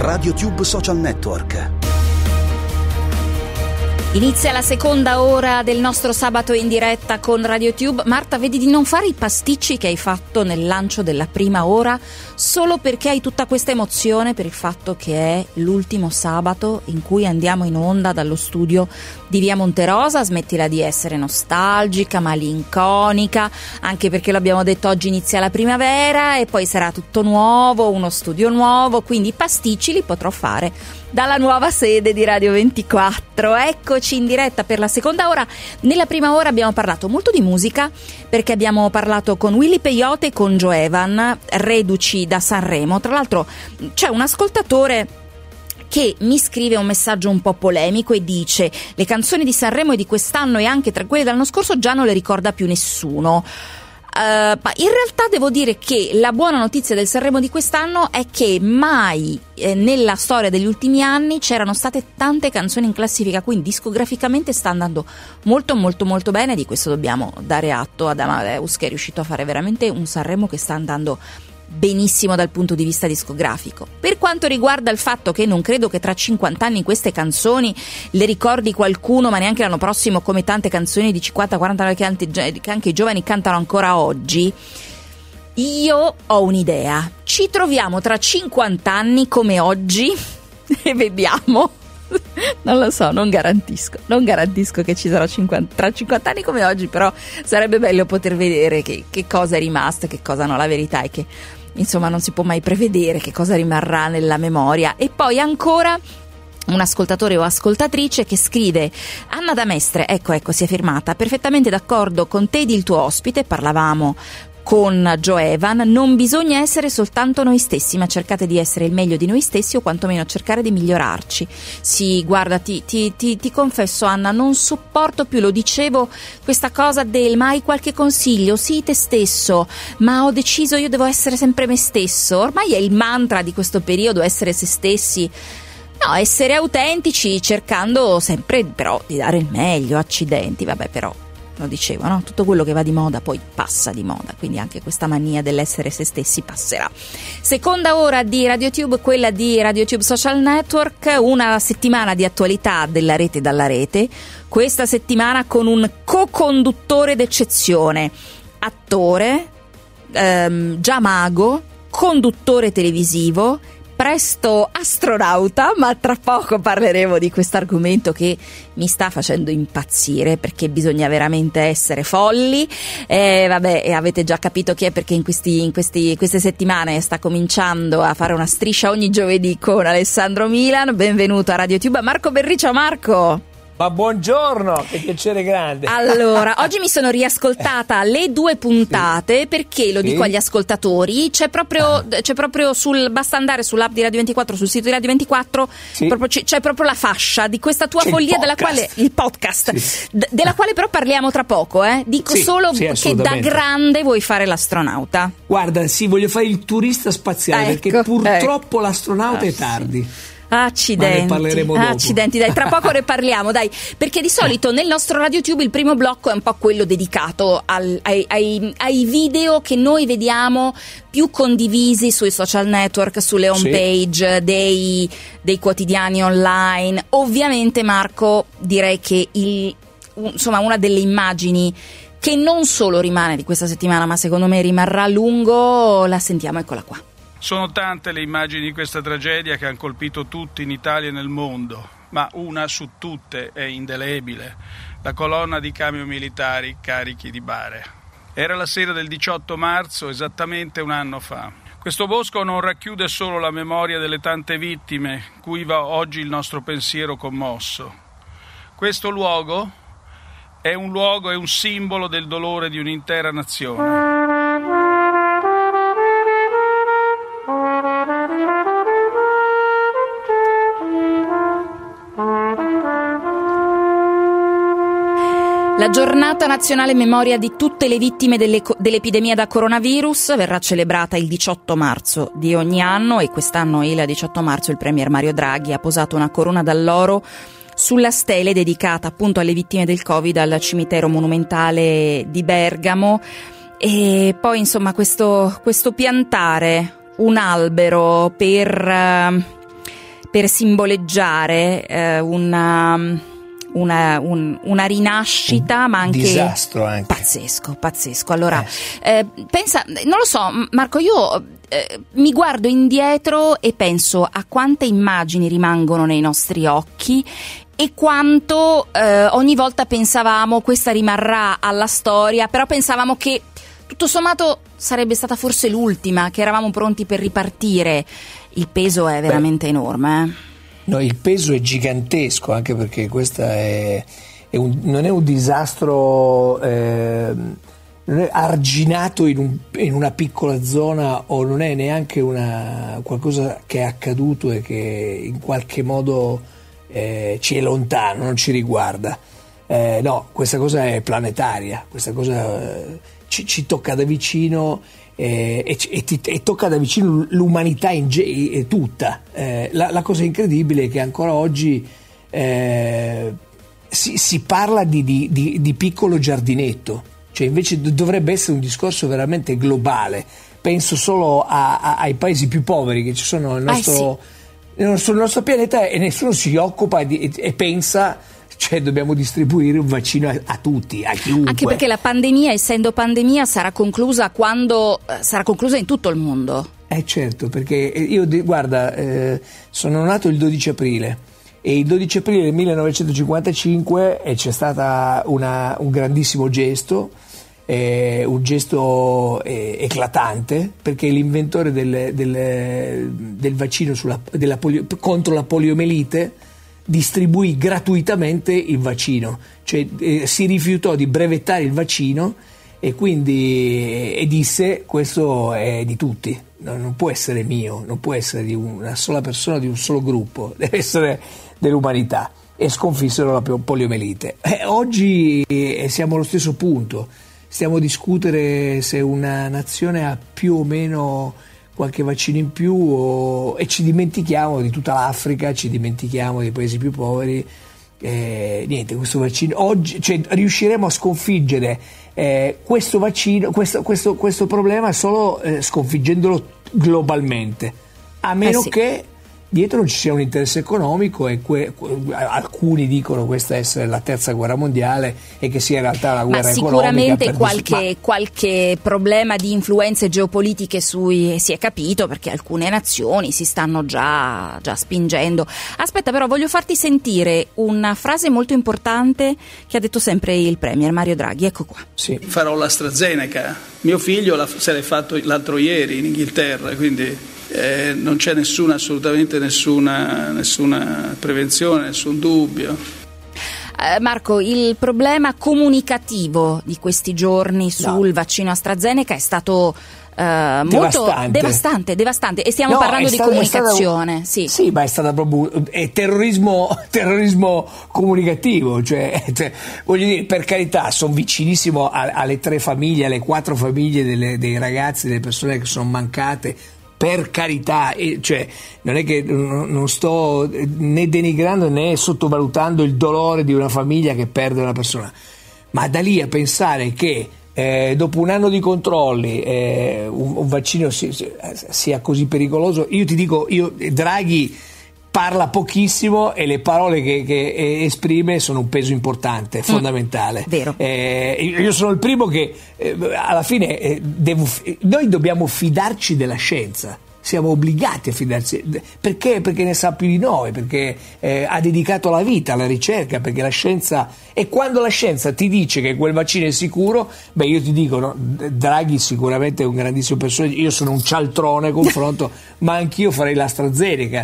RadioTube Social Network. Inizia la seconda ora del nostro sabato in diretta con RadioTube. Marta, vedi di non fare i pasticci che hai fatto nel lancio della prima ora solo perché hai tutta questa emozione per il fatto che è l'ultimo sabato in cui andiamo in onda dallo studio di Via Monterosa. Smettila di essere nostalgica, malinconica, anche perché l'abbiamo detto, oggi inizia la primavera e poi sarà tutto nuovo, uno studio nuovo, quindi i pasticci li potrò fare dalla nuova sede di Radio 24. Eccoci in diretta per la seconda ora. Nella prima ora abbiamo parlato molto di musica, perché abbiamo parlato con Willy Peyote e con Joevan, reduci da Sanremo. Tra l'altro c'è un ascoltatore che mi scrive un messaggio un po' polemico e dice: le canzoni di Sanremo e di quest'anno e anche tra quelle dell'anno scorso già non le ricorda più nessuno. Ma in realtà devo dire che la buona notizia del Sanremo di quest'anno è che mai nella storia degli ultimi anni c'erano state tante canzoni in classifica, quindi discograficamente sta andando molto molto molto bene. Di questo dobbiamo dare atto ad Amadeus, che è riuscito a fare veramente un Sanremo che sta andando benissimo dal punto di vista discografico. Per quanto riguarda il fatto che non credo che tra 50 anni queste canzoni le ricordi qualcuno, ma neanche l'anno prossimo, come tante canzoni di 50-40 anni che anche i giovani cantano ancora oggi, io ho un'idea: ci troviamo tra 50 anni come oggi e vediamo. Non lo so, non garantisco che ci sarà tra 50 anni come oggi, però sarebbe bello poter vedere che cosa è rimasto e che cosa no. La verità è che insomma non si può mai prevedere che cosa rimarrà nella memoria. E poi ancora un ascoltatore o ascoltatrice che scrive: Anna da Mestre, ecco si è firmata, perfettamente d'accordo con te ed il tuo ospite, parlavamo con Joevan, non bisogna essere soltanto noi stessi, ma cercate di essere il meglio di noi stessi, o quantomeno cercare di migliorarci. Sì, guarda, ti confesso Anna, non sopporto più, lo dicevo, questa cosa del ma hai qualche consiglio? Sì, te stesso, ma ho deciso, io devo essere sempre me stesso. Ormai è il mantra di questo periodo, essere se stessi. No, essere autentici, cercando sempre però di dare il meglio. Accidenti, vabbè, però lo dicevo, no? Tutto quello che va di moda poi passa di moda, quindi anche questa mania dell'essere se stessi passerà. Seconda ora di RadioTube, quella di RadioTube Social Network, una settimana di attualità della rete dalla rete, questa settimana con un co-conduttore d'eccezione, attore, già mago, conduttore televisivo, presto astronauta, ma tra poco parleremo di questo argomento che mi sta facendo impazzire, perché bisogna veramente essere folli. Vabbè, avete già capito chi è, perché in queste settimane sta cominciando a fare una striscia ogni giovedì con Alessandro Milan. Benvenuto a RadioTube, Marco Berri. Ciao Marco. Ma buongiorno, che piacere grande. Allora, oggi mi sono riascoltata le 2 puntate, perché lo dico agli ascoltatori, c'è proprio basta andare sull'app di Radio 24, sul sito di Radio 24, c'è proprio la fascia di questa tua follia, della quale il podcast, della quale però parliamo tra poco, dico solo che da grande vuoi fare l'astronauta. Guarda, sì, voglio fare il turista spaziale, perché purtroppo l'astronauta è tardi. Accidenti, ma ne parleremo dopo. Accidenti, dai, tra poco ne parliamo, dai, perché di solito nel nostro RadioTube il primo blocco è un po' quello dedicato ai video che noi vediamo più condivisi sui social network, sulle home page dei quotidiani online. Ovviamente, Marco, direi che una delle immagini che non solo rimane di questa settimana, ma secondo me rimarrà a lungo, la sentiamo, eccola qua. Sono tante le immagini di questa tragedia che hanno colpito tutti in Italia e nel mondo, ma una su tutte è indelebile: la colonna di camion militari carichi di bare. Era la sera del 18 marzo, esattamente un anno fa. Questo bosco non racchiude solo la memoria delle tante vittime, cui va oggi il nostro pensiero commosso. Questo luogo è un simbolo del dolore di un'intera nazione. La giornata nazionale in memoria di tutte le vittime dell'epidemia da coronavirus verrà celebrata il 18 marzo di ogni anno, e quest'anno il 18 marzo il premier Mario Draghi ha posato una corona d'alloro sulla stele dedicata appunto alle vittime del Covid al cimitero monumentale di Bergamo. E poi insomma questo piantare un albero per per simboleggiare una rinascita, ma anche disastro anche. Pazzesco. Allora, pensa, non lo so, Marco, io mi guardo indietro e penso a quante immagini rimangono nei nostri occhi e quanto ogni volta pensavamo questa rimarrà alla storia, però pensavamo che tutto sommato sarebbe stata forse l'ultima, che eravamo pronti per ripartire. Il peso è veramente enorme. No, il peso è gigantesco, anche perché questa non è un disastro non è arginato in una piccola zona, o non è neanche qualcosa che è accaduto e che in qualche modo ci è lontano, non ci riguarda. No, questa cosa è planetaria, questa cosa ci tocca da vicino e tocca da vicino l'umanità tutta. La cosa incredibile è che ancora oggi si parla di piccolo giardinetto, cioè invece dovrebbe essere un discorso veramente globale. Penso solo ai paesi più poveri che ci sono nel nostro pianeta, e nessuno si occupa e pensa, cioè dobbiamo distribuire un vaccino a tutti, a chiunque. Anche perché la pandemia, essendo pandemia, sarà conclusa quando sarà conclusa in tutto il mondo. Certo, perché io guarda, sono nato il 12 aprile e il 12 aprile del 1955 c'è stata un grandissimo gesto, un gesto eclatante, perché l'inventore del vaccino contro la poliomelite distribuì gratuitamente il vaccino, cioè si rifiutò di brevettare il vaccino e quindi disse: questo è di tutti, non può essere mio, non può essere di una sola persona, di un solo gruppo, deve essere dell'umanità, e sconfissero la poliomelite. Oggi siamo allo stesso punto, stiamo a discutere se una nazione ha più o meno qualche vaccino in più, e ci dimentichiamo di tutta l'Africa, ci dimentichiamo dei paesi più poveri. Niente, questo vaccino oggi, cioè, riusciremo a sconfiggere questo vaccino, questo problema solo sconfiggendolo globalmente, a meno che dietro non ci sia un interesse economico, e alcuni dicono questa essere la terza guerra mondiale e che sia in realtà una guerra economica. Sicuramente qualche problema di influenze geopolitiche si è capito, perché alcune nazioni si stanno già spingendo. Aspetta, però voglio farti sentire una frase molto importante che ha detto sempre il Premier Mario Draghi. Ecco qua. Sì. Farò l'AstraZeneca. Mio figlio se l'è fatto l'altro ieri in Inghilterra, quindi non c'è assolutamente nessuna prevenzione, nessun dubbio. Marco, il problema comunicativo di questi giorni sul vaccino AstraZeneca è stato molto devastante, e stiamo parlando di comunicazione. Sì, ma è stata proprio terrorismo comunicativo, cioè voglio dire, per carità, sono vicinissimo alle 3 famiglie, alle 4 famiglie dei ragazzi, delle persone che sono mancate. Per carità, cioè, non è che non sto né denigrando né sottovalutando il dolore di una famiglia che perde una persona, ma da lì a pensare che dopo un anno di controlli un vaccino sia così pericoloso, io ti dico, Draghi parla pochissimo e le parole che esprime sono un peso importante, fondamentale. Vero. Io sono il primo che alla fine noi dobbiamo fidarci della scienza. Siamo obbligati a fidarci, perché ne sa più di noi, perché ha dedicato la vita alla ricerca, perché la scienza, e quando la scienza ti dice che quel vaccino è sicuro, beh, io ti dico, no, Draghi sicuramente è un grandissimo personaggio, io sono un cialtrone a confronto, ma anch'io farei l'AstraZeneca.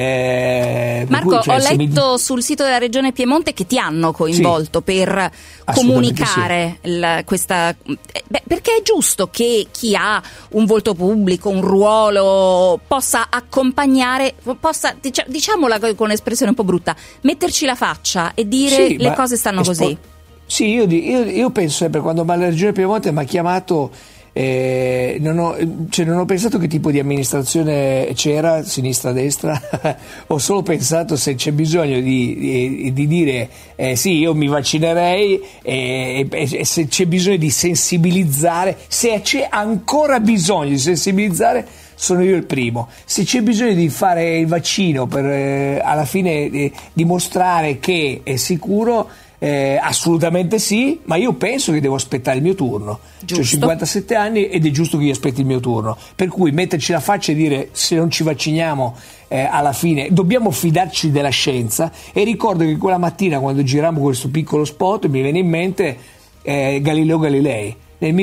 Marco, ho letto sul sito della Regione Piemonte che ti hanno coinvolto per comunicare questa, perché è giusto che chi ha un volto pubblico, un ruolo, possa accompagnare, diciamola con un'espressione un po' brutta, metterci la faccia e dire le cose stanno così. Sì, io penso sempre, quando la Regione Piemonte mi ha chiamato Non ho pensato che tipo di amministrazione c'era, sinistra, destra, ho solo pensato se c'è bisogno di dire sì, io mi vaccinerei, e se c'è bisogno di sensibilizzare, se c'è ancora bisogno di sensibilizzare, sono io il primo. Se c'è bisogno di fare il vaccino per alla fine dimostrare che è sicuro, assolutamente sì, ma io penso che devo aspettare il mio turno. Ho 57 anni ed è giusto che io aspetti il mio turno, per cui metterci la faccia e dire se non ci vacciniamo alla fine dobbiamo fidarci della scienza. E ricordo che quella mattina, quando girammo questo piccolo spot, mi viene in mente Galileo Galilei. Nel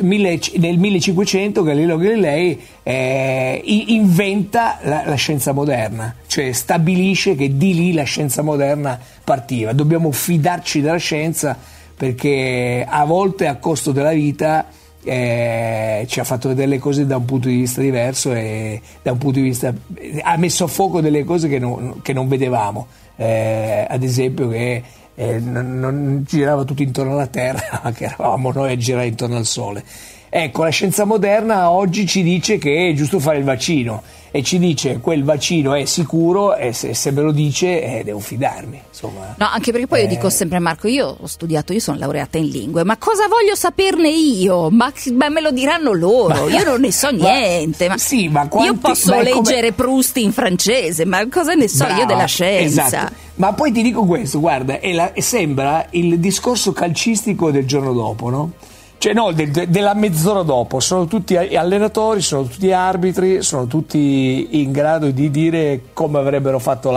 1500 Galileo Galilei inventa la scienza moderna, cioè stabilisce che di lì la scienza moderna partiva. Dobbiamo fidarci della scienza, perché a volte a costo della vita ci ha fatto vedere le cose da un punto di vista diverso, e da un punto di vista ha messo a fuoco delle cose che non vedevamo, ad esempio che non girava tutto intorno alla Terra, ma che eravamo noi a girare intorno al Sole. Ecco, la scienza moderna oggi ci dice che è giusto fare il vaccino, e ci dice quel vaccino è sicuro, e se me lo dice devo fidarmi, insomma. No, anche perché poi io dico sempre, Marco, io ho studiato, io sono laureata in lingue, ma cosa voglio saperne io? Ma me lo diranno loro, io non ne so niente. Sì, ma io posso leggere Proust in francese, ma cosa ne so io della scienza? Esatto. Ma poi ti dico questo, guarda, sembra il discorso calcistico del giorno dopo, no? Cioè no, della mezz'ora dopo, sono tutti allenatori, sono tutti arbitri, sono tutti in grado di dire come avrebbero fatto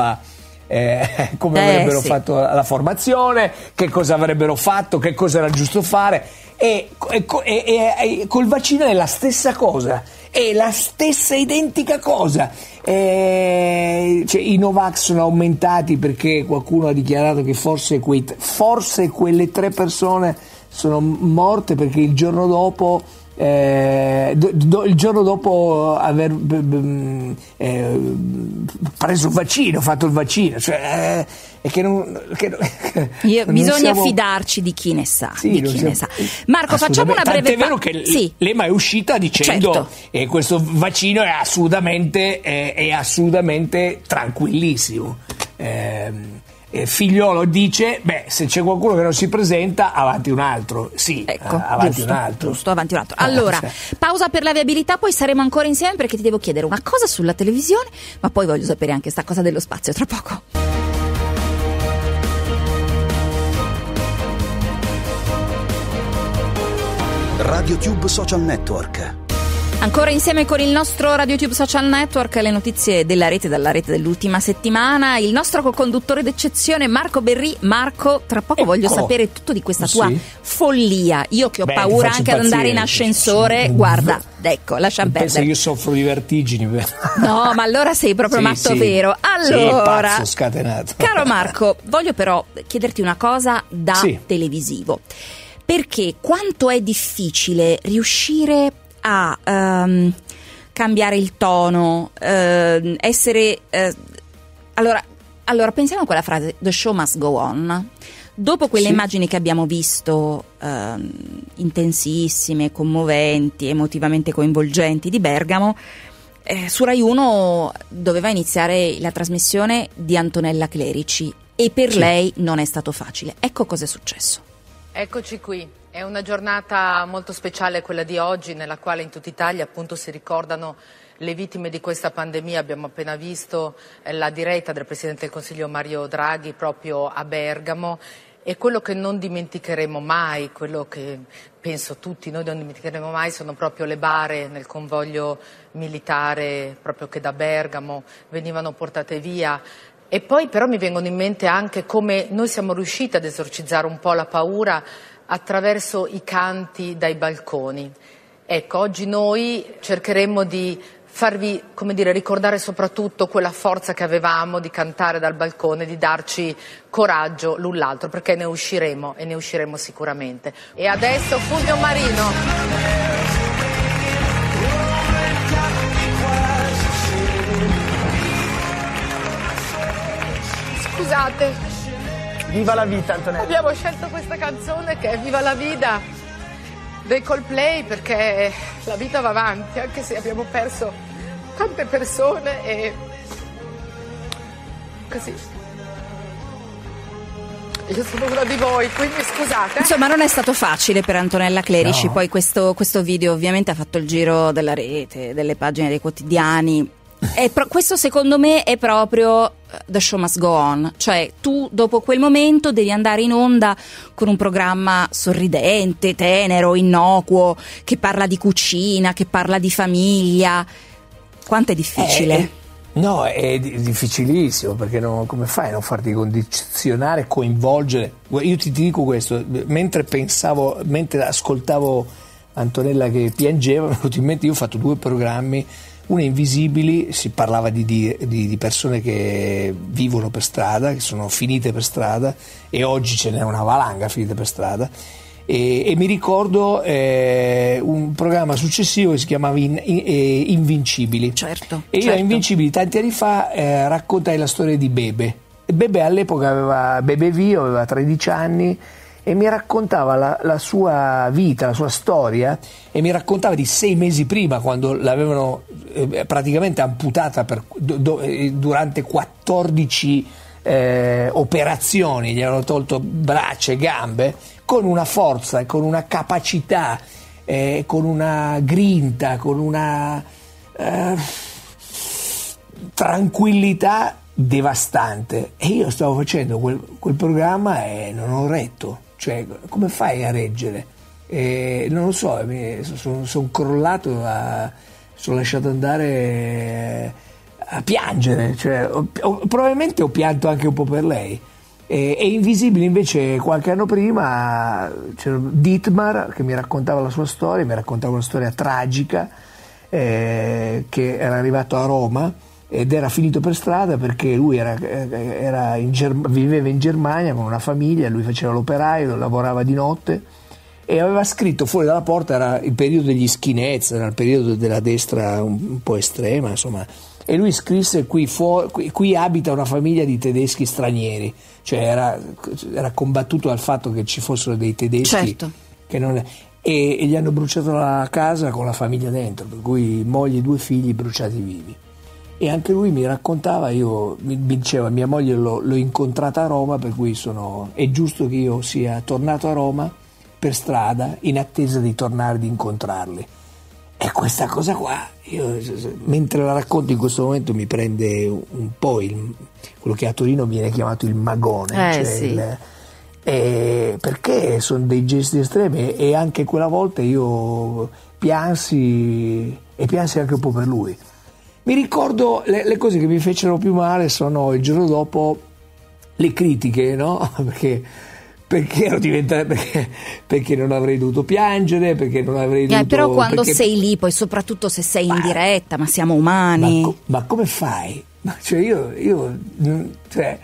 fatto la formazione, che cosa avrebbero fatto, che cosa era giusto fare, e col vaccino è la stessa cosa, è la stessa identica cosa. Cioè, i Novax sono aumentati perché qualcuno ha dichiarato che forse quelle 3 persone sono morte perché il giorno dopo aver preso il vaccino, fatto il vaccino, cioè bisogna fidarci di chi ne sa, Marco, facciamo una breve tant'è vero che l'EMA è uscita dicendo questo vaccino è assolutamente tranquillissimo. Figliolo dice, se c'è qualcuno che non si presenta, avanti un altro. Sì, ecco, avanti un altro. Giusto, avanti un altro. Allora, pausa per la viabilità, poi saremo ancora insieme, perché ti devo chiedere una cosa sulla televisione, ma poi voglio sapere anche sta cosa dello spazio tra poco. RadioTube Social Network. Ancora insieme con il nostro RadioTube Social Network, le notizie dalla rete dell'ultima settimana, il nostro co-conduttore d'eccezione Marco Berri. Marco, tra poco voglio sapere tutto di questa tua follia. Io che ho paura anche ad andare in ascensore, guarda, ecco, lasciamo perdere. Pensa, io soffro di vertigini. No, ma allora sei proprio matto vero. Allora, pazzo scatenato. Caro Marco, voglio però chiederti una cosa da televisivo, perché quanto è difficile riuscire a cambiare il tono, essere allora pensiamo a quella frase, the show must go on. Dopo quelle immagini che abbiamo visto, intensissime, commoventi, emotivamente coinvolgenti, di Bergamo, su Rai 1 doveva iniziare la trasmissione di Antonella Clerici, e per lei non è stato facile. Ecco cosa è successo. Eccoci qui. È una giornata molto speciale quella di oggi, nella quale in tutta Italia appunto si ricordano le vittime di questa pandemia. Abbiamo appena visto la diretta del Presidente del Consiglio Mario Draghi proprio a Bergamo, e quello che non dimenticheremo mai, quello che penso tutti noi non dimenticheremo mai, sono proprio le bare nel convoglio militare proprio che da Bergamo venivano portate via. E poi però mi vengono in mente anche come noi siamo riusciti ad esorcizzare un po' la paura attraverso i canti dai balconi. Ecco, oggi noi cercheremo di farvi, ricordare soprattutto quella forza che avevamo di cantare dal balcone, di darci coraggio l'un l'altro, perché ne usciremo, e ne usciremo sicuramente. E adesso Fulvio Marino. Scusate. Viva la vita, Antonella. Abbiamo scelto questa canzone che è Viva la Vida, dei Coldplay, perché la vita va avanti, anche se abbiamo perso tante persone e così. Io sono una di voi, quindi scusate. Insomma, non è stato facile per Antonella Clerici. No. Poi questo video ovviamente ha fatto il giro della rete, delle pagine dei quotidiani. Questo secondo me è proprio the show must go on, cioè tu dopo quel momento devi andare in onda con un programma sorridente, tenero, innocuo, che parla di cucina, che parla di famiglia. Quanto è difficile? No, è difficilissimo, perché come fai a non farti condizionare, coinvolgere? Io ti dico questo, mentre ascoltavo Antonella che piangeva, mi è venuto in mente, io ho fatto 2 programmi. Uno Invisibili, si parlava di persone che vivono per strada, che sono finite per strada, e oggi ce n'è una valanga finite per strada, e mi ricordo un programma successivo che si chiamava Invincibili. Certo. E io a Invincibili tanti anni fa raccontai la storia di Bebe. Bebe all'epoca Bebe Vio aveva 13 anni e mi raccontava la sua vita, la sua storia, e mi raccontava di 6 mesi prima, quando l'avevano praticamente amputata durante 14 operazioni, gli avevano tolto braccia e gambe, con una forza, con una capacità, con una grinta, con una tranquillità devastante. E io stavo facendo quel programma e non ho retto. Cioè, come fai a reggere? Non lo so, sono crollato, sono lasciato andare a piangere, cioè, probabilmente ho pianto anche un po' per lei. E Invisibili invece qualche anno prima c'era Dietmar che mi raccontava la sua storia, mi raccontava una storia tragica, che era arrivato a Roma ed era finito per strada perché lui viveva in Germania con una famiglia, lui faceva l'operaio, lavorava di notte e aveva scritto fuori dalla porta, era il periodo degli skinheads, era il periodo della destra un po' estrema, insomma, e lui scrisse qui abita una famiglia di tedeschi stranieri, cioè era combattuto dal fatto che ci fossero dei tedeschi, certo, e gli hanno bruciato la casa con la famiglia dentro, per cui moglie e 2 figli bruciati vivi. E anche lui mi raccontava, mi diceva, mia moglie l'ho incontrata a Roma, per cui è giusto che io sia tornato a Roma per strada in attesa di tornare ad incontrarli. E questa cosa qua, io mentre la racconto in questo momento mi prende un po' quello che a Torino viene chiamato il magone, cioè sì. Perché sono dei gesti estremi, e anche quella volta io piansi anche un po' per lui. Mi ricordo le cose che mi fecero più male sono il giorno dopo le critiche, no? Perché ero diventato, perché non avrei dovuto piangere, perché non avrei dovuto. Però quando sei lì, poi soprattutto se sei in diretta, ma siamo umani. Ma come fai? Cioè io cioè,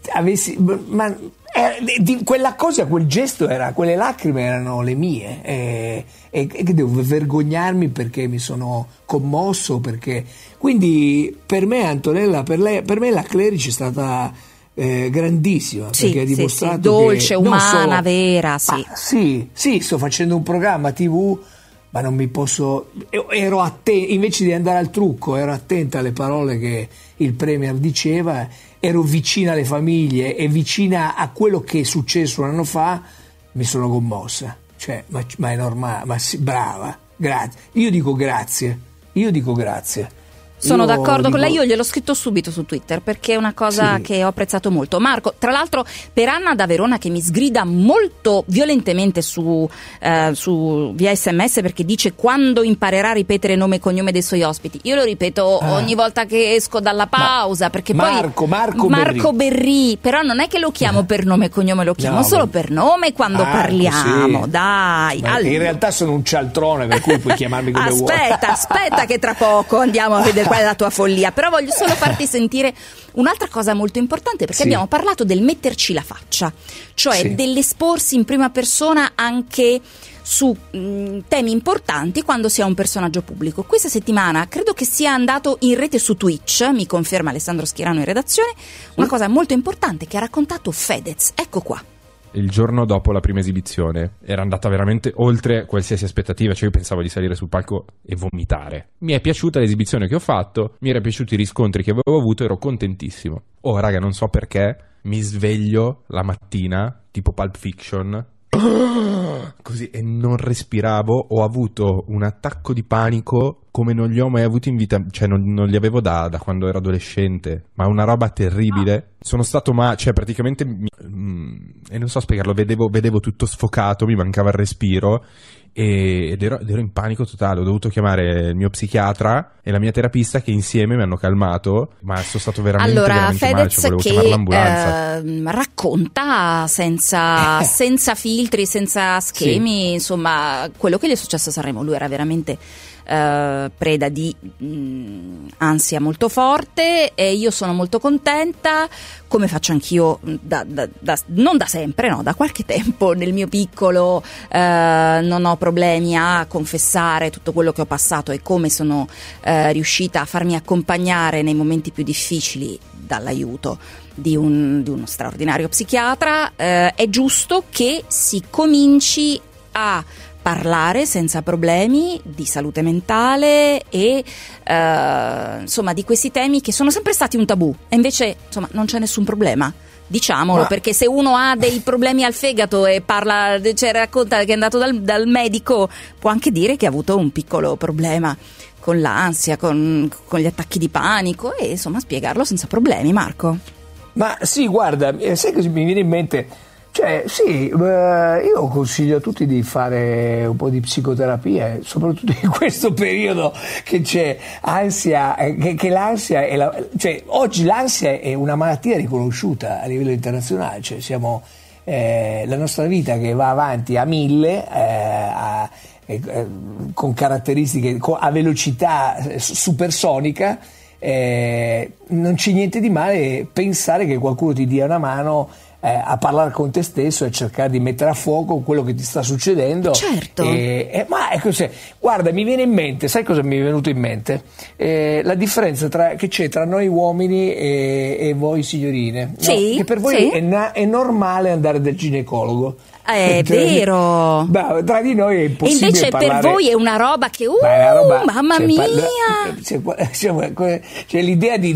quella cosa, quel gesto quelle lacrime erano le mie, e che devo vergognarmi perché mi sono commosso, quindi per me Antonella, per me la Clerici è stata grandissima, perché ha dimostrato dolce, che umana, vera, sì. Sì, sto facendo un programma TV, ma non mi posso, ero attento, invece di andare al trucco, ero attenta alle parole che il Premier diceva, ero vicina alle famiglie e vicina a quello che è successo un anno fa. Mi sono commossa, cioè, ma è normale, ma sì, brava, grazie, io dico grazie. Sono d'accordo con lei, io gliel'ho scritto subito su Twitter perché è una cosa che ho apprezzato molto. Marco, tra l'altro, per Anna da Verona che mi sgrida molto violentemente su via SMS, perché dice: quando imparerà a ripetere nome e cognome dei suoi ospiti? Io lo ripeto ogni volta che esco dalla pausa, perché Marco Berri, però non è che lo chiamo per nome e cognome, lo chiamo solo per nome quando parliamo, dai. Allora, in realtà sono un cialtrone, per cui puoi chiamarmi come vuoi. Aspetta che tra poco andiamo a vedere qual è la tua follia, però voglio solo farti sentire un'altra cosa molto importante, perché abbiamo parlato del metterci la faccia, cioè dell'esporsi in prima persona anche su temi importanti quando si è un personaggio pubblico. Questa settimana credo che sia andato in rete su Twitch, mi conferma Alessandro Schierano in redazione, una cosa molto importante che ha raccontato Fedez. Ecco qua. il giorno dopo la prima esibizione era andata veramente oltre qualsiasi aspettativa, cioè io pensavo di salire sul palco e vomitare. Mi è piaciuta l'esibizione che ho fatto, mi erano piaciuti i riscontri che avevo avuto, ero contentissimo. Oh raga, non so perché mi sveglio la mattina tipo Pulp Fiction così e non respiravo, ho avuto un attacco di panico come non li ho mai avuti in vita, cioè non li avevo da quando ero adolescente, ma una roba terribile. Sono stato cioè praticamente e non so spiegarlo, vedevo tutto sfocato, mi mancava il respiro ed ero in panico totale. Ho dovuto chiamare il mio psichiatra e la mia terapista che insieme mi hanno calmato, ma sono stato veramente veramente male, cioè volevo chiamare l'ambulanza. Racconta senza filtri, senza schemi, sì. Insomma, quello che gli è successo a Sanremo. Lui era veramente preda di ansia molto forte e io sono molto contenta, come faccio anch'io non da sempre, no, da qualche tempo nel mio piccolo. Non ho problemi a confessare tutto quello che ho passato e come sono riuscita a farmi accompagnare nei momenti più difficili dall'aiuto di uno straordinario psichiatra. È giusto che si cominci a parlare senza problemi di salute mentale e insomma di questi temi che sono sempre stati un tabù e invece insomma non c'è nessun problema, diciamolo, perché se uno ha dei problemi al fegato e parla, cioè racconta che è andato dal medico, può anche dire che ha avuto un piccolo problema con l'ansia, con gli attacchi di panico e insomma spiegarlo senza problemi. Marco? Ma sì, guarda, sai cosa mi viene in mente? Cioè sì, io consiglio a tutti di fare un po' di psicoterapia, soprattutto in questo periodo che c'è ansia, che l'ansia è cioè oggi l'ansia è una malattia riconosciuta a livello internazionale, cioè siamo la nostra vita che va avanti a 1000 con caratteristiche a velocità supersonica. Non c'è niente di male pensare che qualcuno ti dia una mano a parlare con te stesso e cercare di mettere a fuoco quello che ti sta succedendo. Certo. Ma ecco, guarda, mi viene in mente, sai cosa mi è venuto in mente? La differenza che c'è tra noi uomini e voi signorine, sì, no? Che per voi sì. è normale andare dal ginecologo. È vero. Beh, tra di noi è impossibile. E invece parlare. Per voi è una roba che mamma mia. C'è l'idea di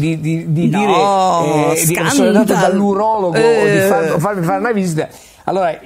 no, dire sono andato dall'urologo di farmi fare una visita. Allora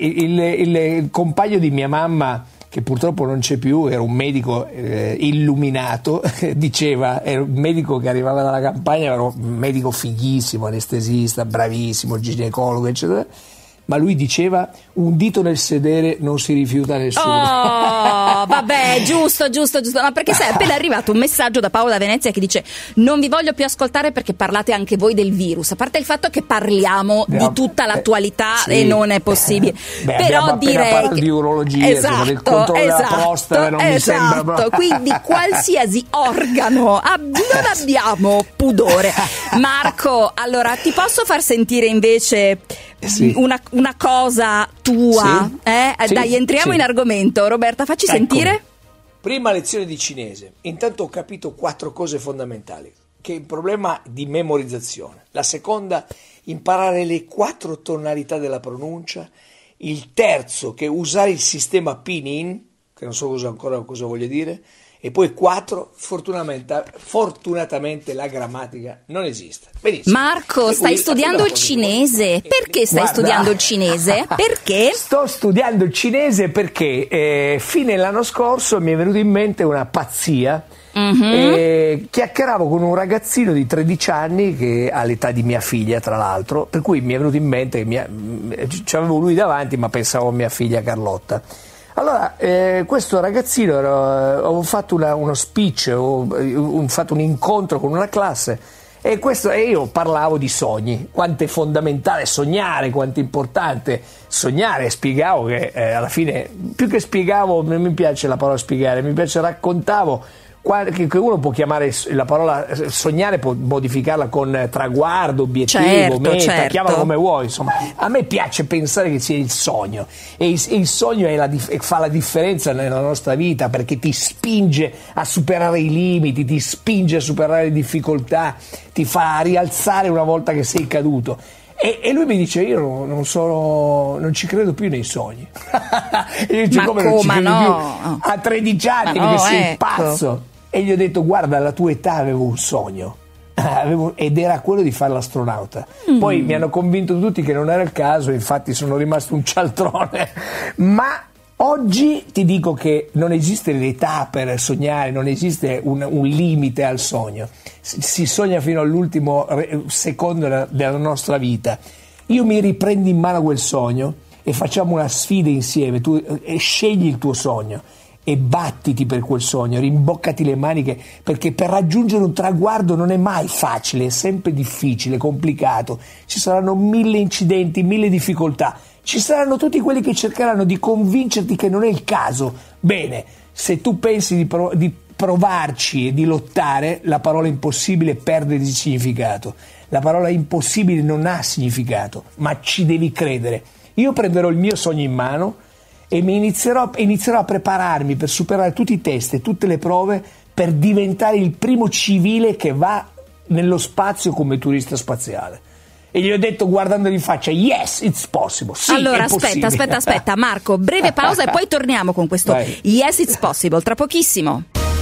il compagno di mia mamma, che purtroppo non c'è più, era un medico illuminato, diceva, era un medico che arrivava dalla campagna, era un medico fighissimo, anestesista, bravissimo, ginecologo, eccetera. Ma lui diceva: un dito nel sedere non si rifiuta a nessuno. Oh, vabbè, giusto. No, perché sai, è appena arrivato un messaggio da Paolo da Venezia che dice: non vi voglio più ascoltare perché parlate anche voi del virus. A parte il fatto che parliamo di tutta l'attualità sì. E non è possibile. Però direi di urologia, del controllo della prostata, non mi sembra. Quindi qualsiasi organo non abbiamo pudore. Marco, allora ti posso far sentire invece sì. una cosa tua? Sì. Sì. Dai, entriamo in argomento. Roberta, facci sentire. Prima lezione di cinese. Intanto ho capito 4 cose fondamentali. Che è il problema di memorizzazione. La seconda, imparare le 4 tonalità della pronuncia. Il terzo, che usare il sistema Pinyin, che non so ancora cosa voglia dire. E poi 4, fortunatamente la grammatica non esiste. Benissimo. Marco, stai studiando il cinese. Perché stai studiando il cinese? Perché? Sto studiando il cinese perché fine l'anno scorso mi è venuta in mente una pazzia. Chiacchieravo con un ragazzino di 13 anni che ha l'età di mia figlia, tra l'altro, per cui mi è venuto in mente che c'avevo lui davanti, ma pensavo a mia figlia Carlotta. Allora, questo ragazzino, ho fatto uno speech, ho fatto un incontro con una classe e io parlavo di sogni, quanto è fondamentale sognare, quanto è importante sognare, e spiegavo che alla fine, più che spiegavo, non mi piace la parola spiegare, mi piace raccontavo che uno può chiamare la parola sognare, può modificarla con traguardo, obiettivo, meta, chiamala come vuoi, insomma. A me piace pensare che sia il sogno e il sogno fa la differenza nella nostra vita, perché ti spinge a superare i limiti, ti spinge a superare le difficoltà, ti fa rialzare una volta che sei caduto. E lui mi dice: io non ci credo più nei sogni. E io dico: come non ci credi più? A 13 anni, perché sei pazzo. E gli ho detto: guarda, alla tua età avevo un sogno. Ed era quello di fare l'astronauta. Poi mi hanno convinto tutti che non era il caso, infatti sono rimasto un cialtrone. Ma oggi ti dico che non esiste l'età per sognare, non esiste un limite al sogno. Si sogna fino all'ultimo secondo della nostra vita. Io mi riprendo in mano quel sogno e facciamo una sfida insieme. Tu scegli il tuo sogno e battiti per quel sogno, rimboccati le maniche, perché per raggiungere un traguardo non è mai facile, è sempre difficile, complicato. Ci saranno 1000 incidenti, 1000 difficoltà. Ci saranno tutti quelli che cercheranno di convincerti che non è il caso. Bene, se tu pensi di provarci e di lottare, la parola impossibile perde di significato. La parola impossibile non ha significato, ma ci devi credere. Io prenderò il mio sogno in mano e inizierò a prepararmi per superare tutti i test e tutte le prove per diventare il primo civile che va nello spazio come turista spaziale. E gli ho detto, guardandoli in faccia: yes, it's possible. Sì, allora è aspetta Marco, breve pausa e poi torniamo con questo yes, it's possible tra pochissimo.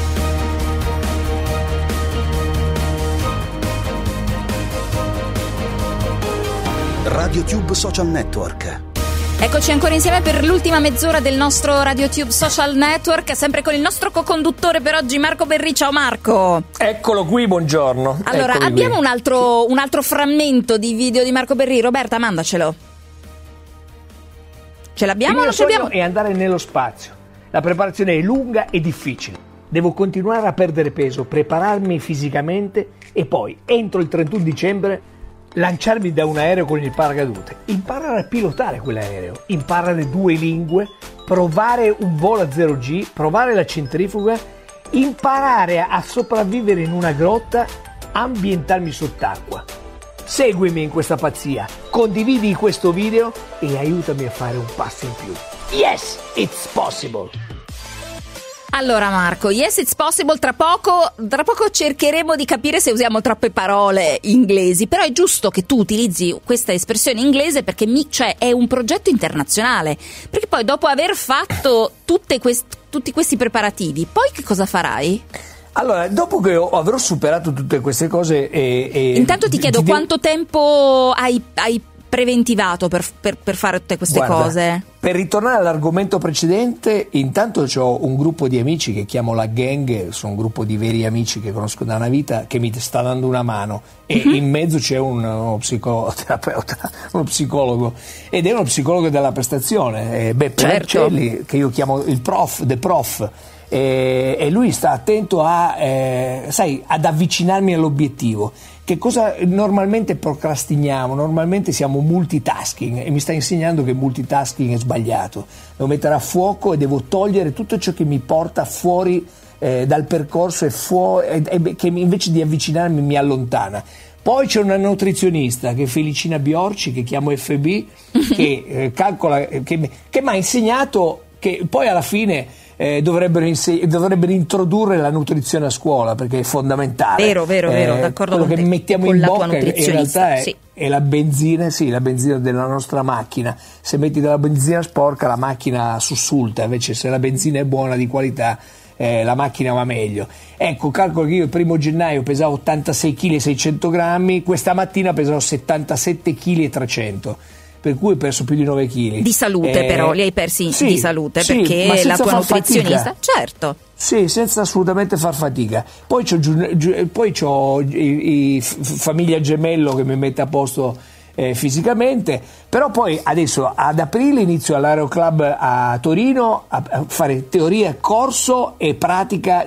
RadioTube Social Network. Eccoci ancora insieme per l'ultima mezz'ora del nostro RadioTube Social Network, sempre con il nostro co-conduttore per oggi, Marco Berri. Ciao Marco. Eccolo qui, buongiorno. Allora, Eccomi abbiamo qui. un altro frammento di video di Marco Berri. Roberta, mandacelo. Ce l'abbiamo o non ce l'abbiamo? Il mio sogno è andare nello spazio. La preparazione è lunga e difficile. Devo continuare a perdere peso, prepararmi fisicamente e poi, entro il 31 dicembre, lanciarmi da un aereo con il paracadute, imparare a pilotare quell'aereo, imparare 2 lingue, provare un volo a 0G, provare la centrifuga, imparare a sopravvivere in una grotta, ambientarmi sott'acqua. Seguimi in questa pazzia, condividi questo video e aiutami a fare un passo in più. Yes, it's possible! Allora Marco, yes it's possible, tra poco cercheremo di capire se usiamo troppe parole inglesi, però è giusto che tu utilizzi questa espressione inglese perché è un progetto internazionale, perché poi dopo aver fatto tutti questi preparativi, poi che cosa farai? Allora, dopo che avrò superato tutte queste cose intanto ti chiedo quanto tempo hai preventivato per fare tutte queste cose? Per ritornare all'argomento precedente, intanto ho un gruppo di amici che chiamo la gang, sono un gruppo di veri amici che conosco da una vita, che mi sta dando una mano, e in mezzo c'è uno psicoterapeuta, uno psicologo, ed è uno psicologo della prestazione, Beppe Marcelli, che io chiamo il prof, the prof. E lui sta attento ad avvicinarmi all'obiettivo. Che cosa normalmente procrastiniamo? Normalmente siamo multitasking, e mi sta insegnando che multitasking è sbagliato. Devo mettere a fuoco e devo togliere tutto ciò che mi porta fuori dal percorso e che invece di avvicinarmi mi allontana. Poi c'è una nutrizionista che è Felicina Biorci, che chiamo FB, che calcola, che mi ha insegnato che poi alla fine dovrebbero introdurre la nutrizione a scuola, perché è fondamentale. Vero, d'accordo quello con che te, mettiamo con in la bocca tua in realtà è la benzina, la benzina della nostra macchina. Se metti della benzina sporca la macchina sussulta, invece se la benzina è buona, di qualità, la macchina va meglio. Ecco, calcolo che io il 1 gennaio pesavo 86 kg e 600 grammi, questa mattina pesavo 77 kg e 300, per cui ho perso più di 9 kg. Di salute però, li hai persi di salute, perché la tua nutrizionista, certo. Sì, senza assolutamente far fatica. Poi c'ho famiglia gemello che mi mette a posto fisicamente, però poi adesso ad aprile inizio all'Aeroclub a Torino a fare teoria, corso e pratica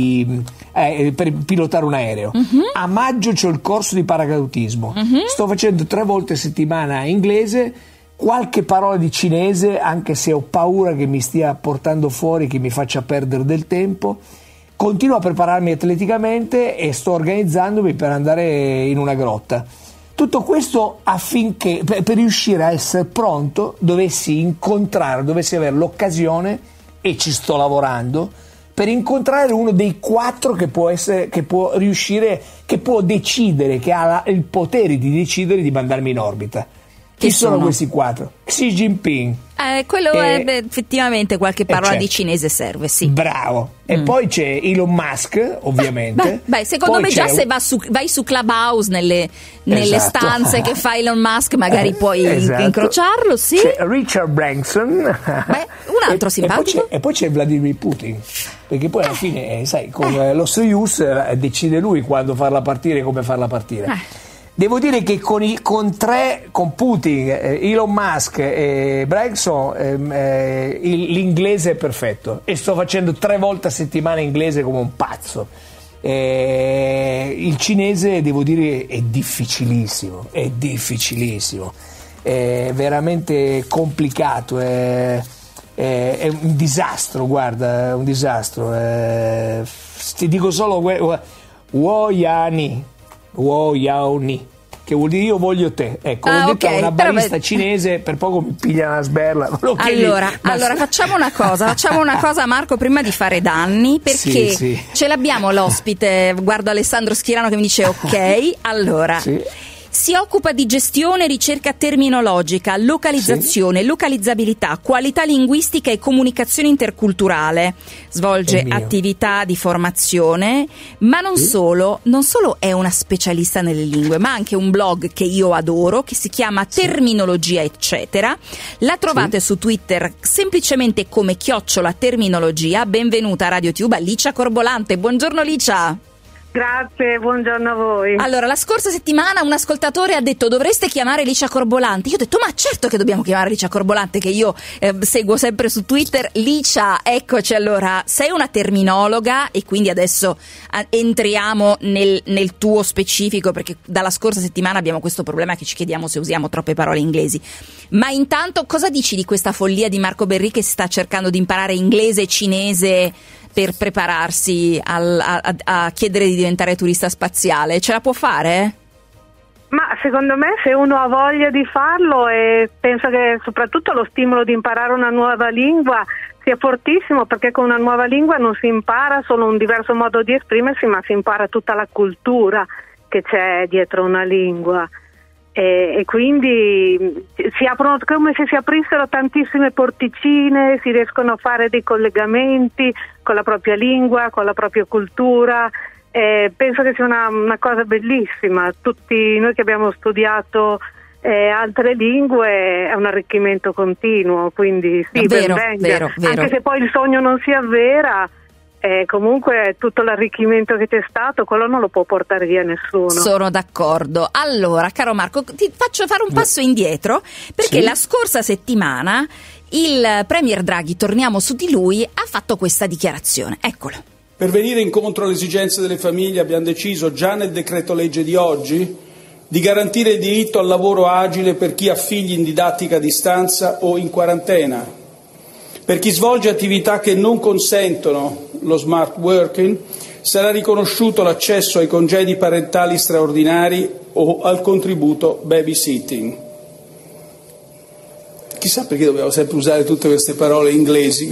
per pilotare un aereo. A maggio c'ho il corso di paracadutismo. Sto facendo 3 volte a settimana inglese, qualche parola di cinese, anche se ho paura che mi stia portando fuori, che mi faccia perdere del tempo. Continuo a prepararmi atleticamente e sto organizzandomi per andare in una grotta. Tutto questo affinché, per riuscire a essere pronto, dovessi avere l'occasione, e ci sto lavorando, per incontrare uno dei 4 che può riuscire, che può decidere, che ha il potere di decidere di mandarmi in orbita. Chi sono questi 4? Xi Jinping. Quello è effettivamente qualche parola di cinese serve, sì. Bravo. E poi c'è Elon Musk, ovviamente. Beh, secondo me già se vai su Clubhouse nelle stanze che fa Elon Musk, magari puoi incrociarlo, sì. C'è Richard Branson. Un altro simpatico. E poi c'è Vladimir Putin. Perché poi alla fine, sai, con lo Soyuz decide lui quando farla partire e come farla partire. Devo dire che con Putin, Elon Musk e Branson l'inglese è perfetto e sto facendo 3 volte a settimana inglese come un pazzo. Il cinese, devo dire, è difficilissimo, è veramente complicato, è un disastro, guarda, è un disastro. Ti dico solo Wo Yaoni, che vuol dire io voglio te. Ecco, l'ho detto a una barista cinese, per poco mi piglia una sberla. Allora facciamo una cosa, Marco, prima di fare danni, perché ce l'abbiamo l'ospite. Guardo Alessandro Schirano che mi dice ok. Allora, si occupa di gestione, ricerca terminologica, localizzazione, localizzabilità, qualità linguistica e comunicazione interculturale. Svolge attività di formazione, ma non solo è una specialista nelle lingue, ma anche un blog che io adoro, che si chiama Terminologia eccetera. La trovate su Twitter semplicemente come @terminologia. Benvenuta a RadioTube, Licia Corbolante. Buongiorno Licia. Grazie, buongiorno a voi. Allora, la scorsa settimana un ascoltatore ha detto dovreste chiamare Licia Corbolante. Io ho detto ma certo che dobbiamo chiamare Licia Corbolante, che io seguo sempre su Twitter. Licia, eccoci. Allora, sei una terminologa e quindi adesso entriamo nel tuo specifico, perché dalla scorsa settimana abbiamo questo problema che ci chiediamo se usiamo troppe parole inglesi. Ma intanto cosa dici di questa follia di Marco Berri che sta cercando di imparare inglese e cinese per prepararsi a chiedere di diventare turista spaziale? Ce la può fare? Ma secondo me, se uno ha voglia di farlo, e penso che soprattutto lo stimolo di imparare una nuova lingua sia fortissimo, perché con una nuova lingua non si impara solo un diverso modo di esprimersi, ma si impara tutta la cultura che c'è dietro una lingua. E quindi si aprono come se si aprissero tantissime porticine, si riescono a fare dei collegamenti con la propria lingua, con la propria cultura. Penso che sia una cosa bellissima. Tutti noi che abbiamo studiato altre lingue è un arricchimento continuo, quindi sì, vero. Anche se poi il sogno non si avvera, comunque tutto l'arricchimento che c'è stato, quello non lo può portare via nessuno. Sono d'accordo. Allora, caro Marco, ti faccio fare un passo indietro, perché la scorsa settimana il Premier Draghi, torniamo su di lui, ha fatto questa dichiarazione. Eccolo. Per venire incontro alle esigenze delle famiglie abbiamo deciso già nel decreto legge di oggi di garantire il diritto al lavoro agile per chi ha figli in didattica a distanza o in quarantena. Per chi svolge attività che non consentono lo smart working sarà riconosciuto l'accesso ai congedi parentali straordinari o al contributo babysitting. Chissà perché dobbiamo sempre usare tutte queste parole inglesi.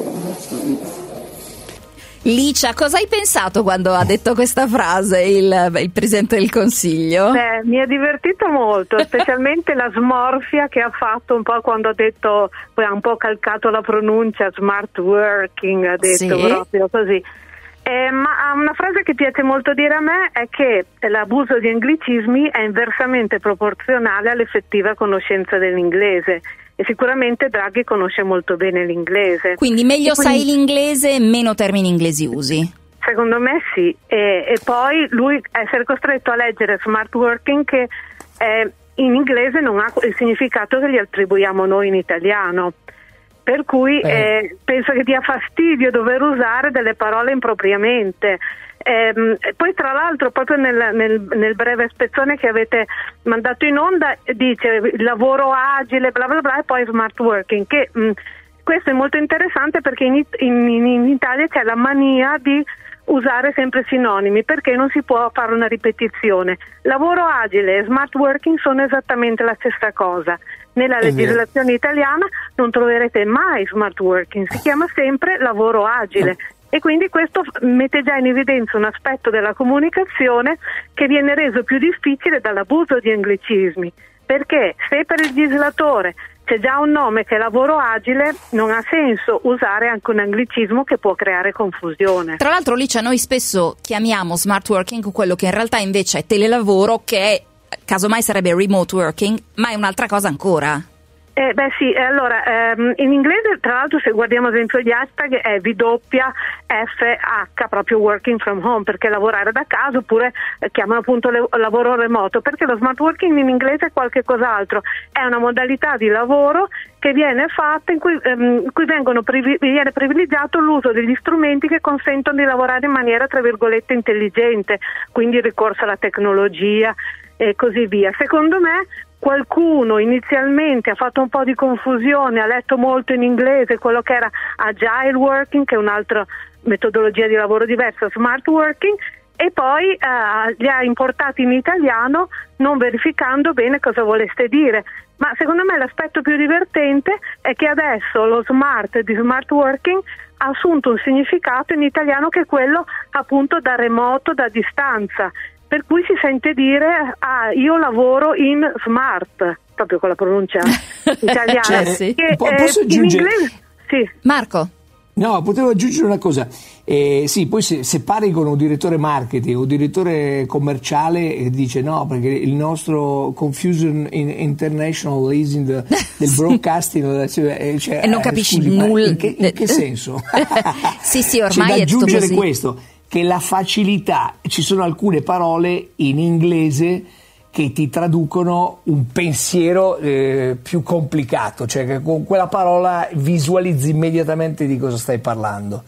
Licia, cosa hai pensato quando ha detto questa frase il Presidente del Consiglio? Mi ha divertito molto, specialmente la smorfia che ha fatto un po' quando ha detto, poi ha un po' calcato la pronuncia, smart working, ha detto proprio così. Ma una frase che piace molto dire a me è che l'abuso di anglicismi è inversamente proporzionale all'effettiva conoscenza dell'inglese. E sicuramente Draghi conosce molto bene l'inglese. Quindi meglio sai l'inglese, meno termini inglesi usi? Secondo me sì, e poi lui essere costretto a leggere smart working, che in inglese non ha il significato che gli attribuiamo noi in italiano, per cui penso che dia fastidio dover usare delle parole impropriamente. Poi tra l'altro proprio nel breve spezzone che avete mandato in onda dice lavoro agile bla bla bla e poi smart working, che questo è molto interessante perché in Italia c'è la mania di usare sempre sinonimi, perché non si può fare una ripetizione. Lavoro agile e smart working sono esattamente la stessa cosa. Nella legislazione italiana non troverete mai smart working, si chiama sempre lavoro agile. e quindi questo mette già in evidenza un aspetto della comunicazione che viene reso più difficile dall'abuso di anglicismi, perché se per il legislatore c'è già un nome che è lavoro agile, non ha senso usare anche un anglicismo che può creare confusione. Tra l'altro, Licia, noi spesso chiamiamo smart working quello che in realtà invece è telelavoro, che è, casomai sarebbe remote working, ma è un'altra cosa ancora. Allora in inglese, tra l'altro, se guardiamo ad esempio gli hashtag è WFH, proprio working from home, perché lavorare da casa, oppure chiamano appunto lavoro remoto, perché lo smart working in inglese è qualche cos'altro, è una modalità di lavoro che viene fatta in cui viene privilegiato l'uso degli strumenti che consentono di lavorare in maniera tra virgolette intelligente, quindi ricorso alla tecnologia e così via. Secondo me qualcuno inizialmente ha fatto un po' di confusione, ha letto molto in inglese quello che era agile working, che è un'altra metodologia di lavoro diversa, smart working, e poi li ha importati in italiano non verificando bene cosa volesse dire. Ma secondo me l'aspetto più divertente è che adesso lo smart di smart working ha assunto un significato in italiano che è quello appunto da remoto, da distanza. Per cui si sente dire io lavoro in smart, proprio con la pronuncia italiana. Sì. Posso aggiungere? In inglese, sì. Marco? No, potevo aggiungere una cosa. Sì, poi se parli con un direttore marketing o un direttore commerciale dice no, perché il nostro Confusion International Leasing del broadcasting, cioè, e non capisci nulla. In che senso? sì, ormai c'è da è tutto aggiungere così. questo, che la facilità, ci sono alcune parole in inglese che ti traducono un pensiero più complicato, cioè che con quella parola visualizzi immediatamente di cosa stai parlando.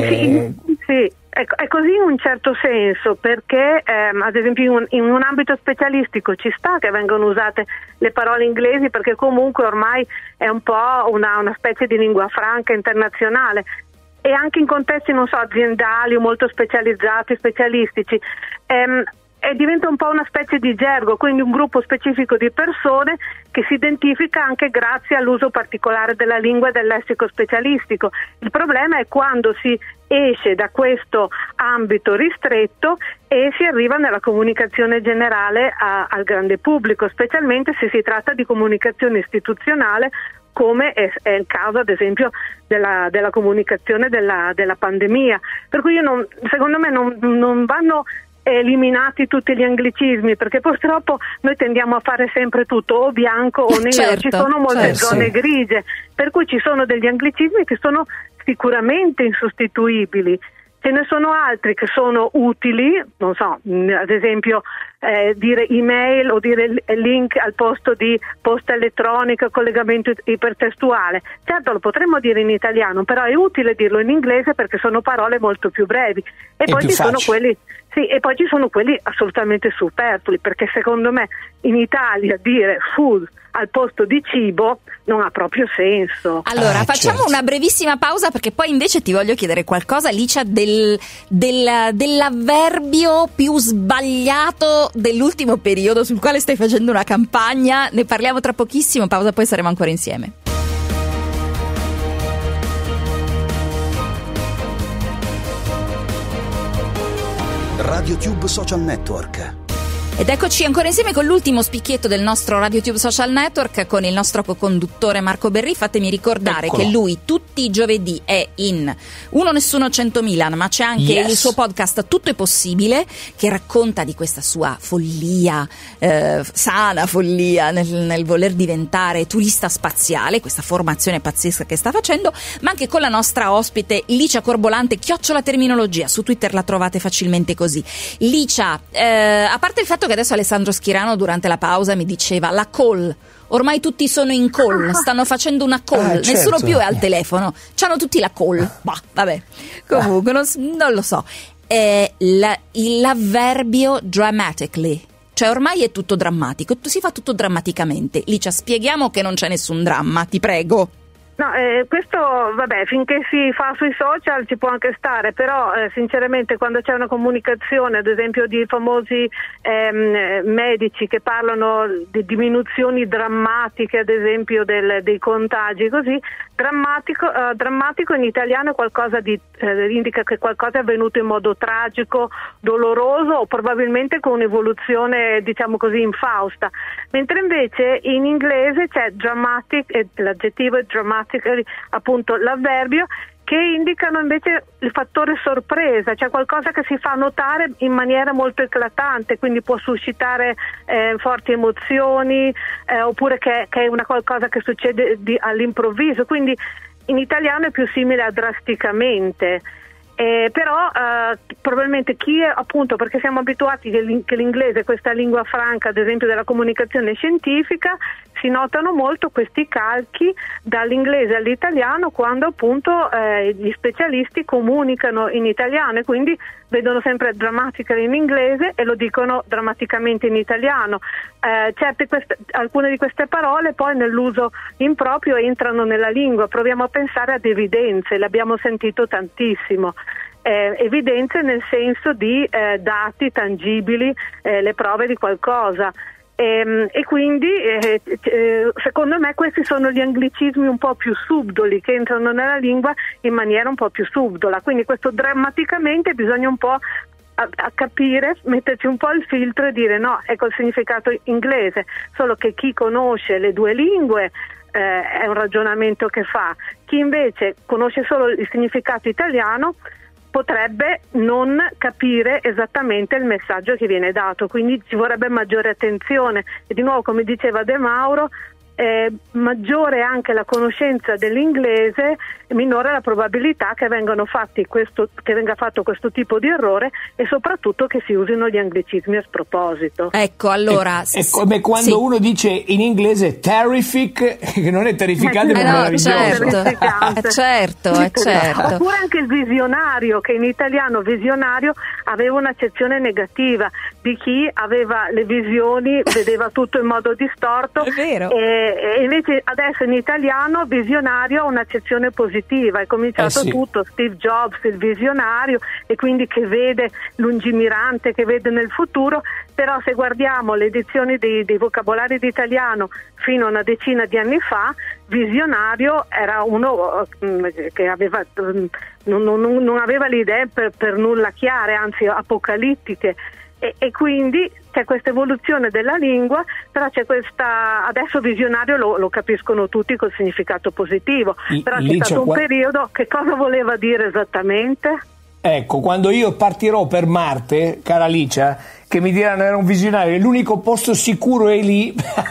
Sì, è così in un certo senso, perché ad esempio in un ambito specialistico ci sta che vengano usate le parole inglesi, perché comunque ormai è un po' una specie di lingua franca internazionale, e anche in contesti, non so, aziendali o molto specializzati, specialistici, diventa un po' una specie di gergo, quindi un gruppo specifico di persone che si identifica anche grazie all'uso particolare della lingua e del lessico specialistico. Il problema è quando si esce da questo ambito ristretto e si arriva nella comunicazione generale al grande pubblico, specialmente se si tratta di comunicazione istituzionale, come è il caso ad esempio della comunicazione della pandemia. Per cui secondo me non vanno eliminati tutti gli anglicismi, perché purtroppo noi tendiamo a fare sempre tutto o bianco o nero, ci sono molte zone grigie, per cui ci sono degli anglicismi che sono sicuramente insostituibili. Ce ne sono altri che sono utili, non so, ad esempio dire email o dire link al posto di posta elettronica, collegamento ipertestuale. Certo, lo potremmo dire in italiano, però è utile dirlo in inglese perché sono parole molto più brevi. E poi ci sono quelli, e poi ci sono quelli assolutamente superflui, perché secondo me in Italia dire food al posto di cibo non ha proprio senso. Allora, facciamo una brevissima pausa, perché poi invece ti voglio chiedere qualcosa, Licia, dell'avverbio più sbagliato dell'ultimo periodo, sul quale stai facendo una campagna. Ne parliamo tra pochissimo, pausa, poi saremo ancora insieme. RadioTube Social Network. Ed eccoci ancora insieme con l'ultimo spicchietto del nostro RadioTube Social Network, con il nostro co-conduttore Marco Berri. Fatemi ricordare che lui tutti i giovedì è in Uno Nessuno 100 Milan, ma c'è anche il suo podcast Tutto è Possibile, che racconta di questa sua follia, sana follia nel voler diventare turista spaziale, questa formazione pazzesca che sta facendo, ma anche con la nostra ospite Licia Corbolante, @terminologia, su Twitter la trovate facilmente così. Licia, a parte il fatto che adesso Alessandro Schirano durante la pausa mi diceva la call, ormai tutti sono in call, stanno facendo una call, nessuno più è al telefono, c'hanno tutti la call, vabbè, comunque non lo so. L'avverbio dramatically, cioè ormai è tutto drammatico, si fa tutto drammaticamente. Licia, spieghiamo che non c'è nessun dramma, ti prego. No, questo vabbè, finché si fa sui social ci può anche stare, però sinceramente quando c'è una comunicazione, ad esempio di famosi medici che parlano di diminuzioni drammatiche, ad esempio dei contagi, così drammatico in italiano è qualcosa indica che qualcosa è avvenuto in modo tragico, doloroso o probabilmente con un'evoluzione, diciamo così, infausta, mentre invece in inglese c'è dramatic, l'aggettivo è dramatic, appunto l'avverbio, che indicano invece il fattore sorpresa, cioè qualcosa che si fa notare in maniera molto eclatante, quindi può suscitare forti emozioni, oppure che è una qualcosa che succede all'improvviso, quindi in italiano è più simile a drasticamente. Però probabilmente chi è, appunto, perché siamo abituati che l'inglese, questa lingua franca ad esempio della comunicazione scientifica, si notano molto questi calchi dall'inglese all'italiano quando appunto gli specialisti comunicano in italiano e quindi vedono sempre dramatically in inglese e lo dicono drammaticamente in italiano. Alcune di queste parole poi nell'uso improprio entrano nella lingua. Proviamo a pensare ad evidenze, l'abbiamo sentito tantissimo. Evidenze nel senso di dati tangibili, le prove di qualcosa. E quindi secondo me questi sono gli anglicismi un po' più subdoli che entrano nella lingua in maniera un po' più subdola, quindi questo drammaticamente bisogna un po' a capire, metterci un po' il filtro e dire no, è col significato inglese, solo che chi conosce le due lingue è un ragionamento che fa, chi invece conosce solo il significato italiano potrebbe non capire esattamente il messaggio che viene dato, quindi ci vorrebbe maggiore attenzione e di nuovo, come diceva De Mauro, maggiore anche la conoscenza dell'inglese, minore la probabilità che venga fatto questo tipo di errore e soprattutto che si usino gli anglicismi a sproposito. Ecco, allora è come quando uno dice in inglese terrific, che non è terrificante ma meraviglioso. Certo. Oppure anche il visionario, che in italiano visionario aveva un'accezione negativa di chi aveva le visioni, vedeva tutto in modo distorto. È vero. E invece adesso in italiano visionario ha un'accezione positiva, è cominciato tutto, Steve Jobs il visionario e quindi che vede lungimirante, che vede nel futuro, però se guardiamo le edizioni dei vocabolari di italiano fino a una decina di anni fa, visionario era uno che aveva non aveva le idee per nulla chiare, anzi apocalittiche. E quindi c'è questa evoluzione della lingua, però c'è adesso visionario lo capiscono tutti col significato positivo, però c'è stato un periodo, che cosa voleva dire esattamente? Ecco, quando io partirò per Marte, cara Licia, che mi diranno era un visionario, l'unico posto sicuro è lì.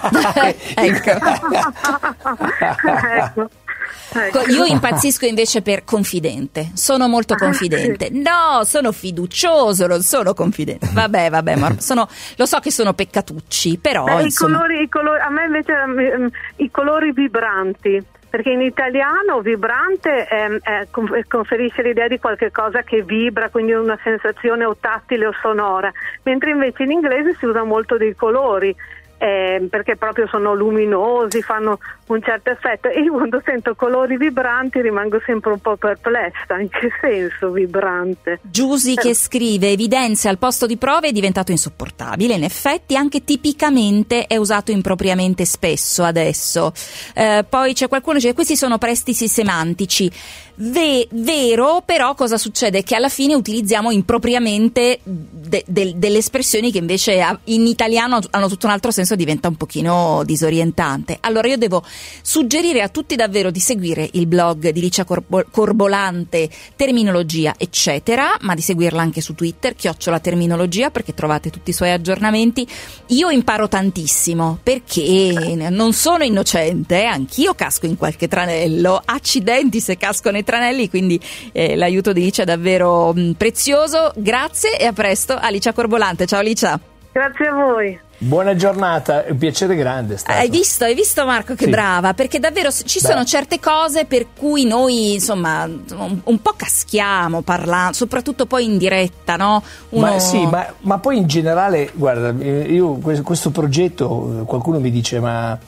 Ecco. Io impazzisco invece per confidente, sono molto confidente. No, sono fiducioso, non sono confidente. Vabbè, ma lo so che sono peccatucci, però i colori, a me invece i colori vibranti, perché in italiano vibrante conferisce l'idea di qualche cosa che vibra, quindi una sensazione o tattile o sonora, mentre invece in inglese si usa molto dei colori. Perché proprio sono luminosi, fanno un certo effetto, e io quando sento colori vibranti rimango sempre un po' perplessa. In che senso vibrante? Giusy che scrive: evidenzia al posto di prove è diventato insopportabile, in effetti anche tipicamente è usato impropriamente spesso adesso. Poi c'è qualcuno che dice questi sono prestiti semantici. Vero, però cosa succede? Che alla fine utilizziamo impropriamente delle espressioni che invece in italiano hanno tutto un altro senso, diventa un pochino disorientante. Allora io devo suggerire a tutti davvero di seguire il blog di Licia Corbolante, Terminologia eccetera, ma di seguirla anche su Twitter, @terminologia, perché trovate tutti i suoi aggiornamenti. Io imparo tantissimo perché non sono innocente, anch'io casco in qualche tranello, accidenti se casco nei tranelli, quindi l'aiuto di Licia è davvero prezioso. Grazie e a presto a Licia Corbolante. Ciao Licia. Grazie a voi. Buona giornata, è un piacere grande è stato. Hai visto Marco che brava, perché davvero ci sono certe cose per cui noi insomma un po' caschiamo parlando, soprattutto poi in diretta, no? Ma poi in generale, guarda, io questo progetto, qualcuno mi dice ma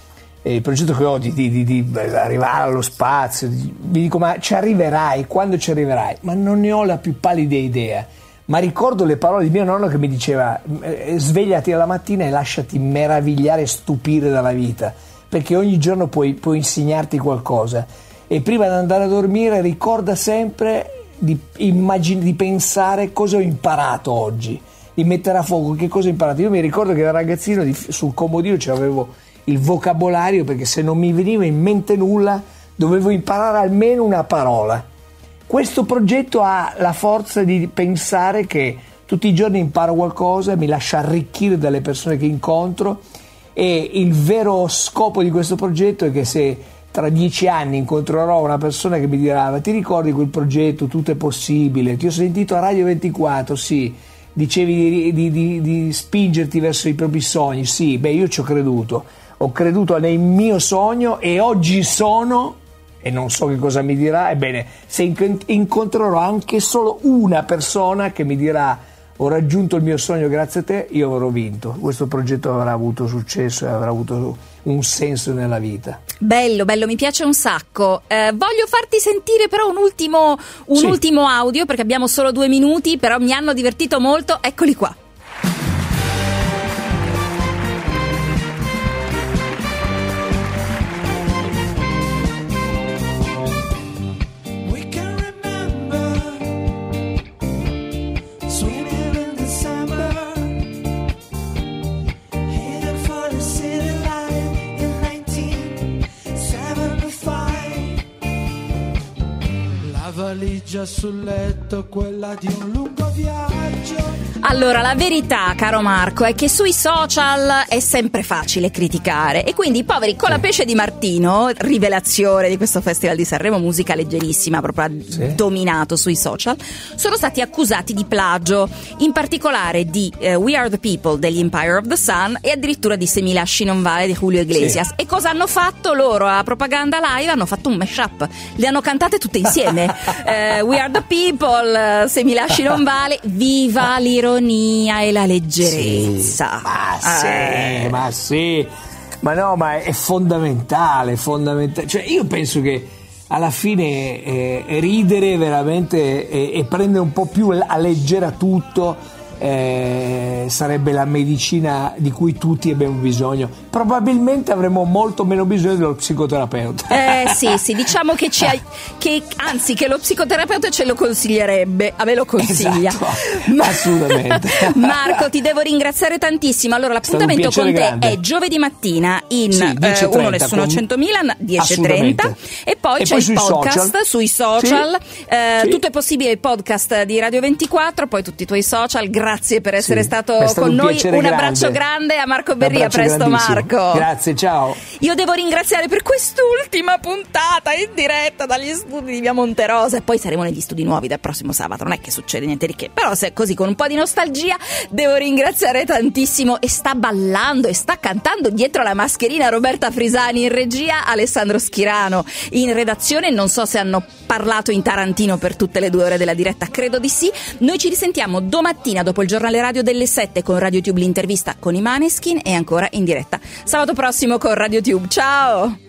il progetto che ho di arrivare allo spazio, mi dico ma ci arriverai, quando ci arriverai? Ma non ne ho la più pallida idea, ma ricordo le parole di mio nonno che mi diceva svegliati alla mattina e lasciati meravigliare e stupire dalla vita, perché ogni giorno puoi insegnarti qualcosa, e prima di andare a dormire ricorda sempre di pensare cosa ho imparato oggi, di mettere a fuoco che cosa ho imparato. Io mi ricordo che da ragazzino sul comodino c'avevo il vocabolario, perché se non mi veniva in mente nulla dovevo imparare almeno una parola. Questo progetto ha la forza di pensare che tutti i giorni imparo qualcosa, mi lascia arricchire dalle persone che incontro, e il vero scopo di questo progetto è che se tra 10 anni incontrerò una persona che mi dirà ma ti ricordi quel progetto, tutto è possibile, ti ho sentito a Radio 24, sì, dicevi di spingerti verso i propri sogni, sì, beh io ci ho creduto nel mio sogno e oggi sono, e non so che cosa mi dirà, ebbene se incontrerò anche solo una persona che mi dirà ho raggiunto il mio sogno grazie a te, io avrò vinto, questo progetto avrà avuto successo e avrà avuto un senso nella vita. Bello, mi piace un sacco. Voglio farti sentire però un ultimo audio, perché abbiamo solo 2 minuti, però mi hanno divertito molto, eccoli qua. Valigia sul letto, quella di un lungo viaggio. Allora, la verità, caro Marco, è che sui social è sempre facile criticare, e quindi i poveri Colapesce di Martino, rivelazione di questo Festival di Sanremo, musica leggerissima, proprio ha dominato sui social, sono stati accusati di plagio, in particolare di We Are the People degli Empire of the Sun e addirittura di Se mi lasci non vale di Julio Iglesias. E cosa hanno fatto loro a Propaganda Live? Hanno fatto un mashup, le hanno cantate tutte insieme. We Are the People, Se mi lasci non vale, viva l'ironia e la leggerezza. Ma è fondamentale, cioè io penso che alla fine ridere veramente e prendere un po' più a leggera tutto sarebbe la medicina di cui tutti abbiamo bisogno. Probabilmente avremmo molto meno bisogno dello psicoterapeuta. Sì, diciamo che anzi che lo psicoterapeuta ce lo consiglierebbe, a me lo consiglia. Esatto, assolutamente. Marco, ti devo ringraziare tantissimo. Allora l'appuntamento con te grande. È giovedì mattina in 10:30, Uno Nessuno 100.000, 10:30, e poi c'è il podcast sui social. Tutto è possibile, il podcast di Radio 24, poi tutti i tuoi social. Grazie per essere stato con noi, un abbraccio grande a Marco Berria, a presto Marco. Grazie, ciao. Io devo ringraziare per quest'ultima puntata in diretta dagli studi di Via Monterosa, e poi saremo negli studi nuovi dal prossimo sabato, non è che succede niente di che, però se è così con un po' di nostalgia devo ringraziare tantissimo, e sta ballando e sta cantando dietro la mascherina Roberta Frisani, in regia Alessandro Schirano, in redazione non so se hanno parlato in tarantino per tutte le 2 ore della diretta, credo di sì. Noi ci risentiamo domattina dopo il giornale radio delle 7 con Radio Tube, l'intervista con i Maneskin, e ancora in diretta sabato prossimo con Radio Tube. Ciao!